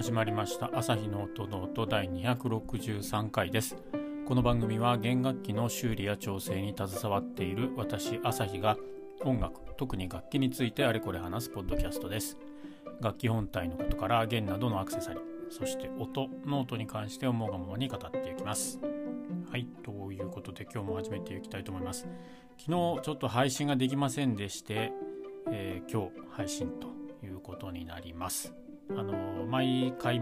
始まりました朝日の音の音第263回です。この番組は弦楽器の修理や調整に携わっている私朝日が音楽、特に楽器についてあれこれ話すポッドキャストです。楽器本体のことから弦などのアクセサリー、そして音、ノートに関して思うがままに語っていきます。はい、ということで今日も始めていきたいと思います。昨日ちょっと配信ができませんでして、今日配信ということになります。毎回、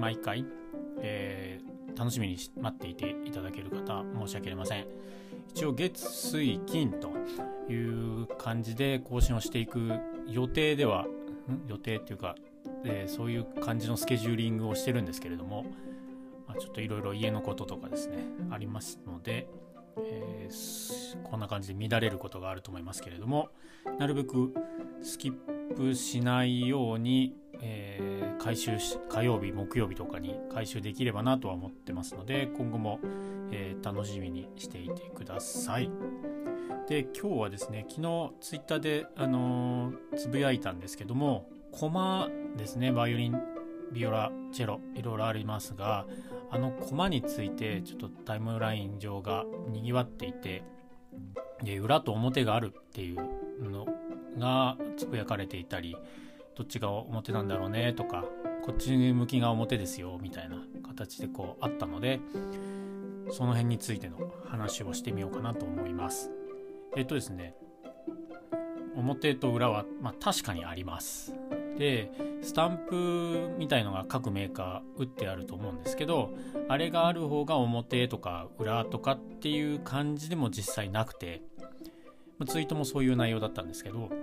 楽しみに待っていていただける方申し訳ありません。一応月水金という感じで更新をしていく予定っていうか、そういう感じのスケジューリングをしてるんですけれども、ちょっといろいろ家のこととかですねありますので、こんな感じで乱れることがあると思いますけれども、なるべくスキップしないように、火曜日木曜日とかに回収できればなとは思ってますので、今後も、楽しみにしていてください。で、今日はですね、昨日ツイッターで、つぶやいたんですけども、コマですね、バイオリン、ビオラ、チェロいろいろありますが、コマについてちょっとタイムライン上がにぎわっていて、で裏と表があるっていうのがつぶやかれていたり、どっちが表なんだろうねとか、こっち向きが表ですよみたいな形であったので、その辺についての話をしてみようかなと思います。ですね、表と裏は、確かにあります。で、スタンプみたいのが各メーカー打ってあると思うんですけど、あれがある方が表とか裏とかっていう感じでも実際なくて、ツイートもそういう内容だったんですけど、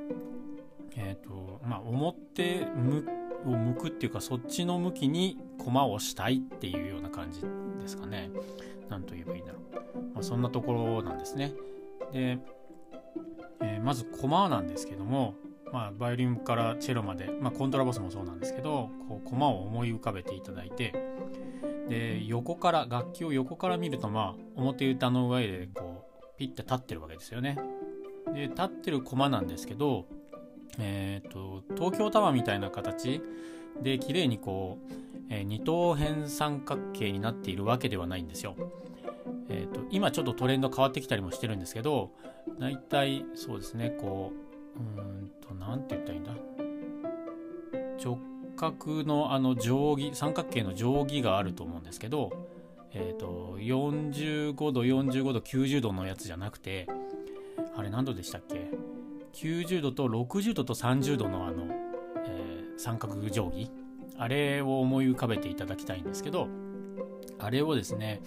表を向くっていうか、そっちの向きにコマをしたいっていうような感じですかね。なんと言えばいいんだろう。そんなところなんですね。で、まずコマなんですけども、バイオリンからチェロまで、コントラバスもそうなんですけど、コマを思い浮かべていただいて、で、楽器を横から見ると、表板の上でピッて立ってるわけですよね。で、立ってるコマなんですけど、東京タワーみたいな形で綺麗に二等辺三角形になっているわけではないんですよ。今ちょっとトレンド変わってきたりもしてるんですけど、だいたいそうですね、なんて言ったらいいんだ、直角の定規、三角形の定規があると思うんですけど、45度45度90度のやつじゃなくて、あれ何度でしたっけ、90度と60度と30度の三角定規、あれを思い浮かべていただきたいんですけど、あれをですね、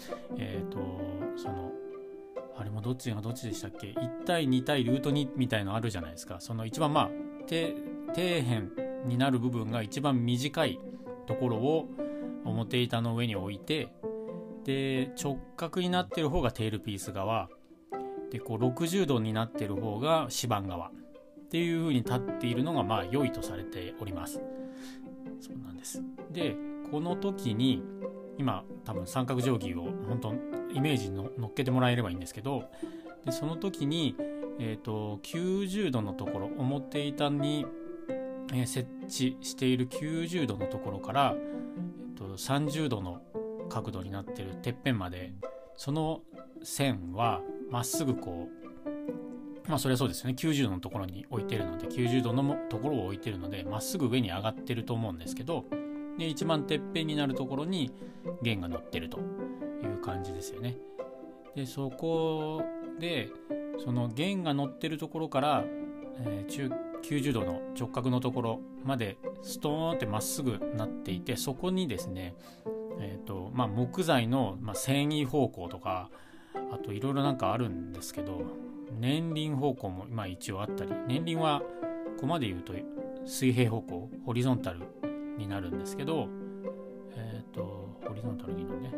あれもどっちがどっちでしたっけ、1対2対ルート2みたいのあるじゃないですか。その一番底辺になる部分が一番短いところを表板の上に置いて、で直角になってる方がテールピース側で、60度になってる方が指板側っていう風に立っているのが良いとされております。そうなんです。で、この時に今多分三角定規を本当イメージの乗っけてもらえればいいんですけど、でその時に、90度のところ、表板に、設置している90度のところから、30度の角度になっているてっぺんまで、その線はまっすぐそれはそうですよね、90度のところに置いてるので、90度のところを置いてるのでまっすぐ上に上がってると思うんですけど、で一番てっぺんになるところに弦が乗ってるという感じですよね。で、そこでその弦が乗ってるところから、90度の直角のところまでストーンってまっすぐなっていて、そこにですね、木材の、繊維方向とか、あといろいろなんかあるんですけど、年輪方向も一応あったり、年輪はここまで言うと水平方向、ホリゾンタルになるんですけど、ホリゾンタルでいいのね、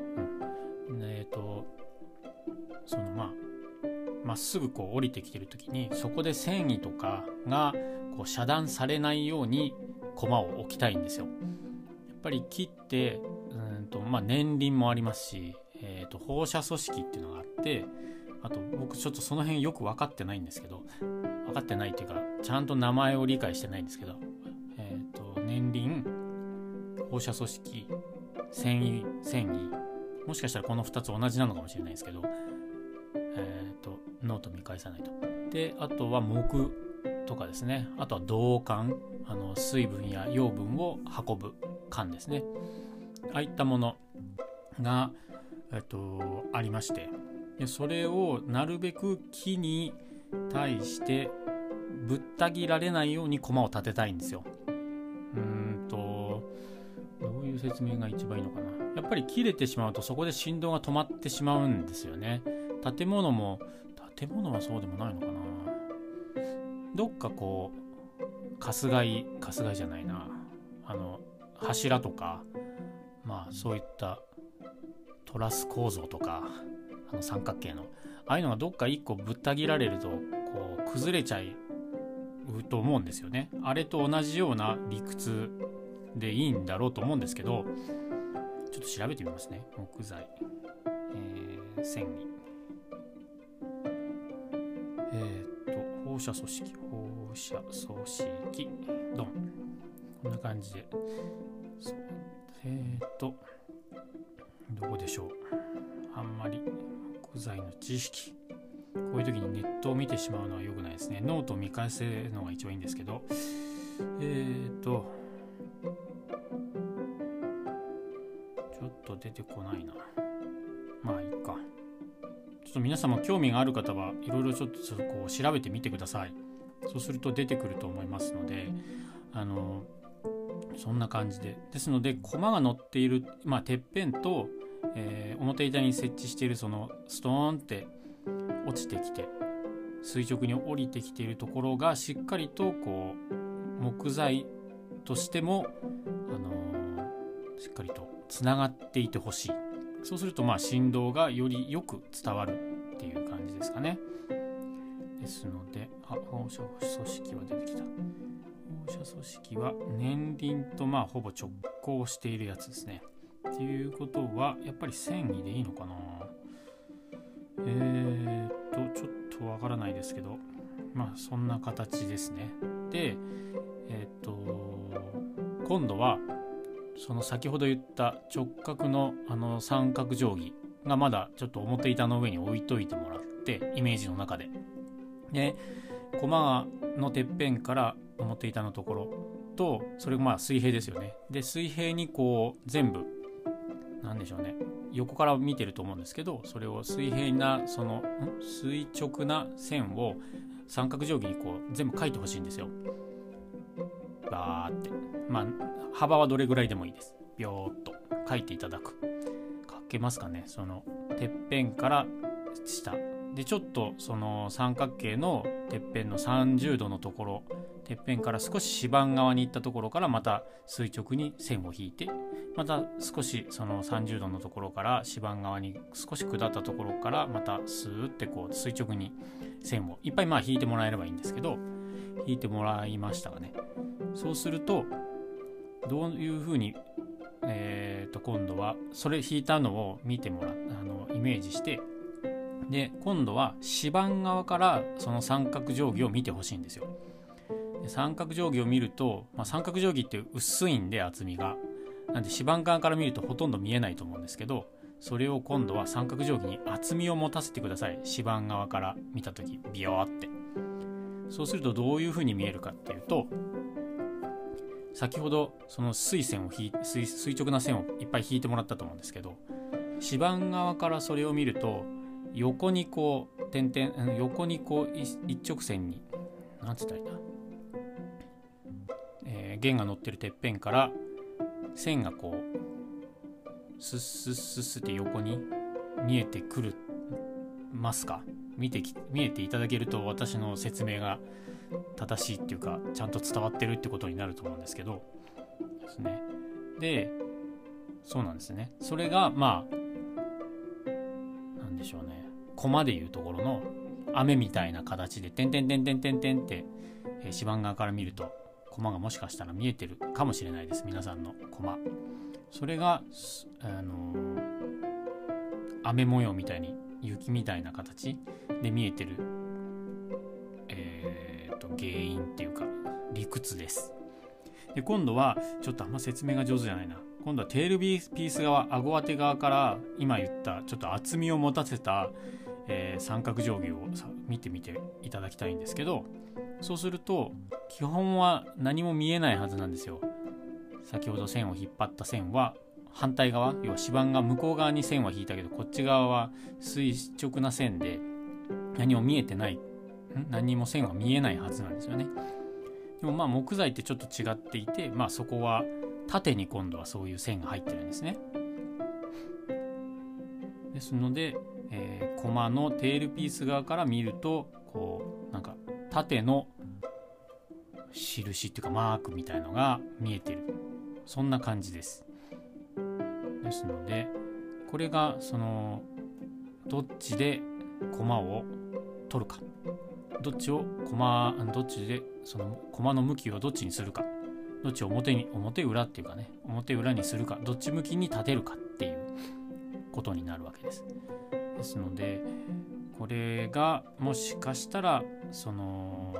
まっすぐ降りてきてる時に、そこで繊維とかが遮断されないようにコマを置きたいんですよ。やっぱり切って年輪もありますし、放射組織っていうのがあって、あと僕ちょっとその辺よく分かってないんですけど、分かってないっていうかちゃんと名前を理解してないんですけど、年輪、放射組織、 繊維、もしかしたらこの2つ同じなのかもしれないですけど、ノート見返さないと。であとは木とかですね、あとは銅管、水分や養分を運ぶ管ですね、ああいったものが、ありまして、でそれをなるべく木に対してぶった切られないように駒を立てたいんですよ。どういう説明が一番いいのかな。やっぱり切れてしまうとそこで振動が止まってしまうんですよね。建物はそうでもないのかな。どっかこう春日井じゃないな、柱とか、まあそういったトラス構造とか、三角形のああいうのがどっか一個ぶった切られるとこう崩れちゃうと思うんですよね。あれと同じような理屈でいいんだろうと思うんですけど、ちょっと調べてみますね。木材、繊維、放射組織ドン、こんな感じで、そうどこでしょう。あんまり木材の知識、こういう時にネットを見てしまうのは良くないですね。ノートを見返せるのが一番いいんですけど、ちょっと出てこないな。まあいいか。ちょっと皆様興味がある方はいろいろちょっとこう調べてみてください。そうすると出てくると思いますので、そんな感じですので、駒が乗っている、てっぺんと、表板に設置しているそのストーンって落ちてきて垂直に降りてきているところがしっかりとこう木材としても、しっかりとつながっていてほしい。そうすると振動がよりよく伝わるっていう感じですかね。ですので、放射組織は出てきた。放射組織は年輪とほぼ直行しているやつですね。っていうことはやっぱり繊維でいいのかな。ちょっとわからないですけど、そんな形ですね。で、今度はその先ほど言った直角の三角定規がまだちょっと表板の上に置いといてもらって、イメージの中で駒のてっぺんから表板のところと、それが水平ですよね。で水平にこう全部なんでしょうね、横から見てると思うんですけど、それを水平な垂直な線を三角定規にこう全部書いてほしいんですよ。バーって、幅はどれぐらいでもいいです。ビョーっと書いていただく。書けますかね。そのてっぺんから下で、ちょっとその三角形のてっぺんの30度のところ、てっぺんから少し指板側に行ったところからまた垂直に線を引いて、また少しその30度のところから指板側に少し下ったところからまたスーってこう垂直に線をいっぱい引いてもらえればいいんですけど、引いてもらいましたかね。そうするとどういうふうに、今度はそれ引いたのを見てもらう、イメージして、で今度は指板側からその三角定規を見てほしいんですよ。で三角定規を見ると、三角定規って薄いんで厚みが、なんで指板側から見るとほとんど見えないと思うんですけど、それを今度は三角定規に厚みを持たせてください。指板側から見たときビヨーって。そうするとどういうふうに見えるかっていうと、先ほどその垂直な線をいっぱい引いてもらったと思うんですけど、指板側からそれを見ると横にこう横にこう一直線に、なんつったらいいんだ、弦が乗ってるてっぺんから線がこうスッスッスッスって横に見えてくるますか。見えていただけると私の説明が正しいっていうかちゃんと伝わってるってことになると思うんですけどですね。でそうなんですね。それがなんでしょうね、駒でいうところの雨みたいな形で点々点々点々って、指板側から見ると駒がもしかしたら見えてるかもしれないです。皆さんの駒、それが雨模様みたいに雪みたいな形で見えてる、原因っていうか理屈です。で今度はちょっとあんま説明が上手じゃないな。 今度はテールピース側、顎当て側から今言ったちょっと厚みを持たせた、三角定規を見てみていただきたいんですけど、そうすると基本は何も見えないはずなんですよ。先ほど線を引っ張った線は反対側、要は指板が向こう側に線は引いたけど、こっち側は垂直な線で何も見えてない、何も線は見えないはずなんですよね。でもまあ木材ってちょっと違っていて、まあそこは縦に今度はそういう線が入ってるんですね。ですので、コマのテールピース側から見るとこうなんか縦の印っていうかマークみたいのが見えてる、そんな感じです。ですのでこれがそのどっちでコマを取るか、どっちでそのコマの向きをどっちにするか、どっちを表裏っていうかね、表裏にするか、どっち向きに立てるかっていうことになるわけです。ですのでこれがもしかしたらその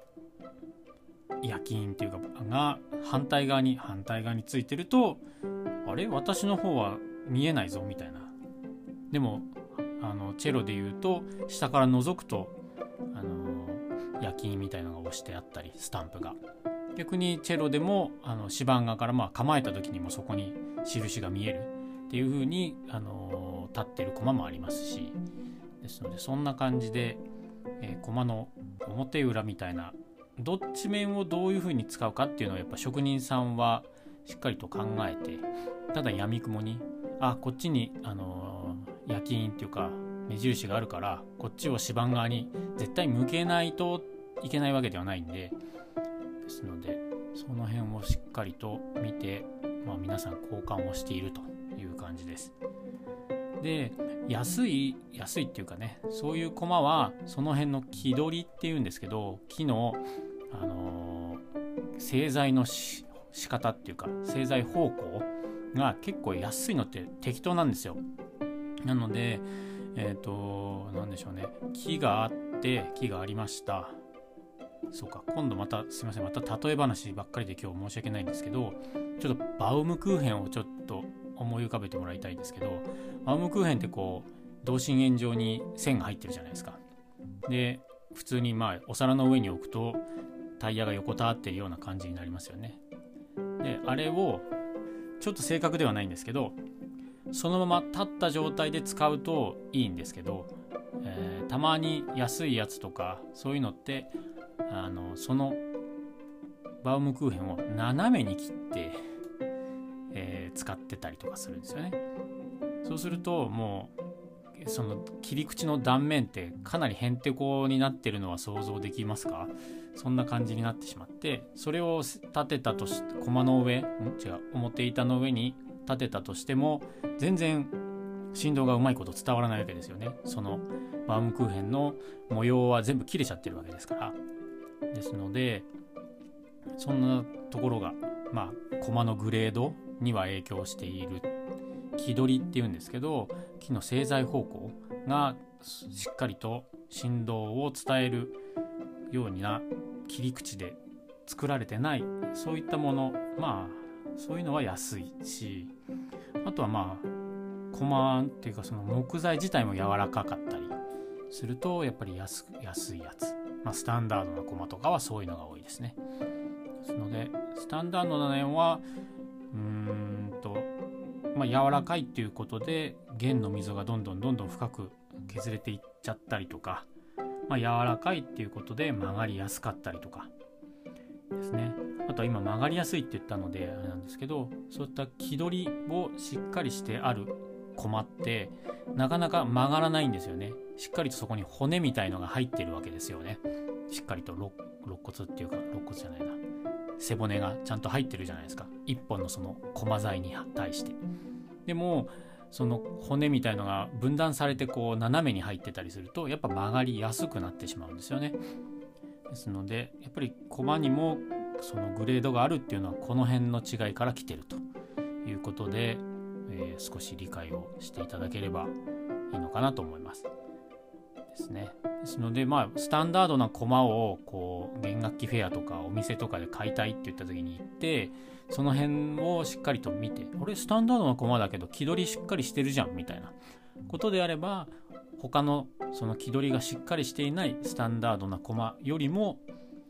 焼き印っていうかが反対側についてると、あれ私の方は見えないぞみたいな。でもチェロで言うと下から覗くと焼き印みたいなのが押してあったり、スタンプが逆にチェロでも指板側から構えた時にもそこに印が見えるっていう風に立ってるコマもありますし、ですのでそんな感じで、コマの表裏みたいなどっち面をどういう風に使うかっていうのをやっぱ職人さんはしっかりと考えて、ただ闇雲にこっちに焼き印っていうか目印があるからこっちを指板側に絶対向けないといけないわけではないんで、ですのでその辺をしっかりと見て、皆さん交換をしているという感じです。で安いっていうかね、そういうコマはその辺の木取りっていうんですけど、木の、製材の仕方っていうか製材方向が結構安いのって適当なんですよ。なのでなんでしょうね、木がありました。そうか、今度またすいません、また例え話ばっかりで今日申し訳ないんですけど、ちょっとバウムクーヘンをちょっと思い浮かべてもらいたいんですけど、バウムクーヘンってこう同心円状に線が入ってるじゃないですか。で普通にお皿の上に置くとタイヤが横たわってるような感じになりますよね。であれをちょっと正確ではないんですけど、そのまま立った状態で使うといいんですけど、たまに安いやつとかそういうのってそのバウムクーヘンを斜めに切って、使ってたりとかするんですよね。そうするともうその切り口の断面ってかなりへんてこになってるのは想像できますか？そんな感じになってしまって、それを立てたとして駒の上表板の上に立てたとしても全然振動がうまいこと伝わらないわけですよね。そのバウムクーヘンの模様は全部切れちゃってるわけですから。ですのでそんなところが駒のグレードには影響している。木取りっていうんですけど、木の製材方向がしっかりと振動を伝えるような切り口で作られてない、そういったもの、そういうのは安いし、あとは駒っていうかその木材自体も柔らかかったりするとやっぱり安いやつ、スタンダードな駒とかはそういうのが多いですね。ですのでスタンダードな面は柔らかいっていうことで弦の溝がどんどん深く削れていっちゃったりとか、柔らかいっていうことで曲がりやすかったりとかですね。あとは今曲がりやすいって言ったのであれなんですけど、そういった木取りをしっかりしてある駒ってなかなか曲がらないんですよね。しっかりとそこに骨みたいのが入ってるわけですよね。しっかりと肋骨っていうか肋骨じゃないな、背骨がちゃんと入ってるじゃないですか、一本のその駒材に対して。でもその骨みたいのが分断されてこう斜めに入ってたりするとやっぱ曲がりやすくなってしまうんですよね。ですのでやっぱり駒にもそのグレードがあるっていうのはこの辺の違いから来てるということで、少し理解をしていただければいいのかなと思いますですね。 ですのでスタンダードなコマをこう弦楽器フェアとかお店とかで買いたいって言った時に行って、その辺をしっかりと見て、俺スタンダードなコマだけど気取りしっかりしてるじゃんみたいなことであれば、他のその気取りがしっかりしていないスタンダードなコマよりも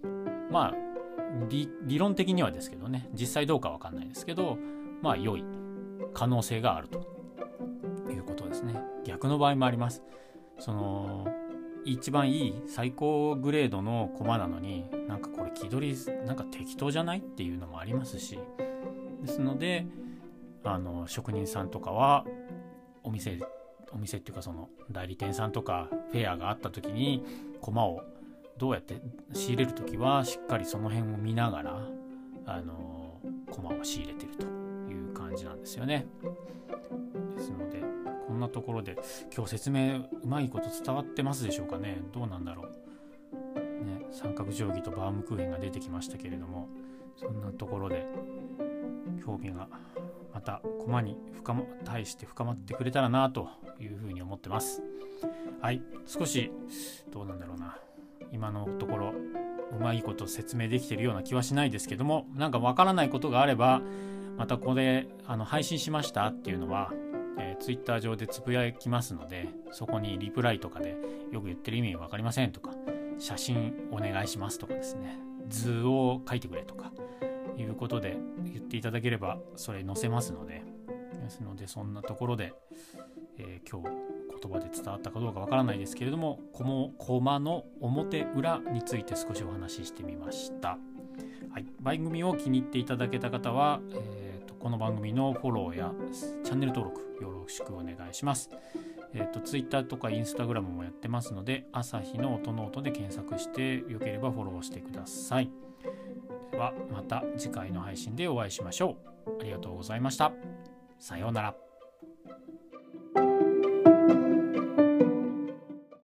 理論的にはですけどね、実際どうかわかんないですけど良い可能性があるということですね。逆の場合もあります。その一番いい最高グレードのコマなのになんかこれ気取りなんか適当じゃないっていうのもありますし、ですので職人さんとかはお店っていうかその代理店さんとかフェアがあった時にコマをどうやって仕入れる時はしっかりその辺を見ながらコマを仕入れてるという感じなんですよね。ですのでこんなところで今日説明うまいこと伝わってますでしょうかね。どうなんだろうね。三角定規とバームクーヘンが出てきましたけれども、そんなところで興味がまたコマに対して深まってくれたらなというふうに思ってます。はい、少しどうなんだろうな、今のところうまいこと説明できているような気はしないですけども、なんかわからないことがあればまたここで配信しましたっていうのは、ツイッター上でつぶやきますので、そこにリプライとかでよく言ってる意味わかりませんとか、写真お願いしますとかですね、図を書いてくれとかいうことで言っていただければそれ載せますので、ですのでそんなところで、今日言葉で伝わったかどうかわからないですけれども、コマの表裏について少しお話ししてみました。はい、番組を気に入っていただけた方は、この番組のフォローやチャンネル登録よろしくお願いします。ツイッターとかインスタグラムもやってますので、朝日の音の音で検索してよければフォローしてください。ではまた次回の配信でお会いしましょう。ありがとうございました。さようなら。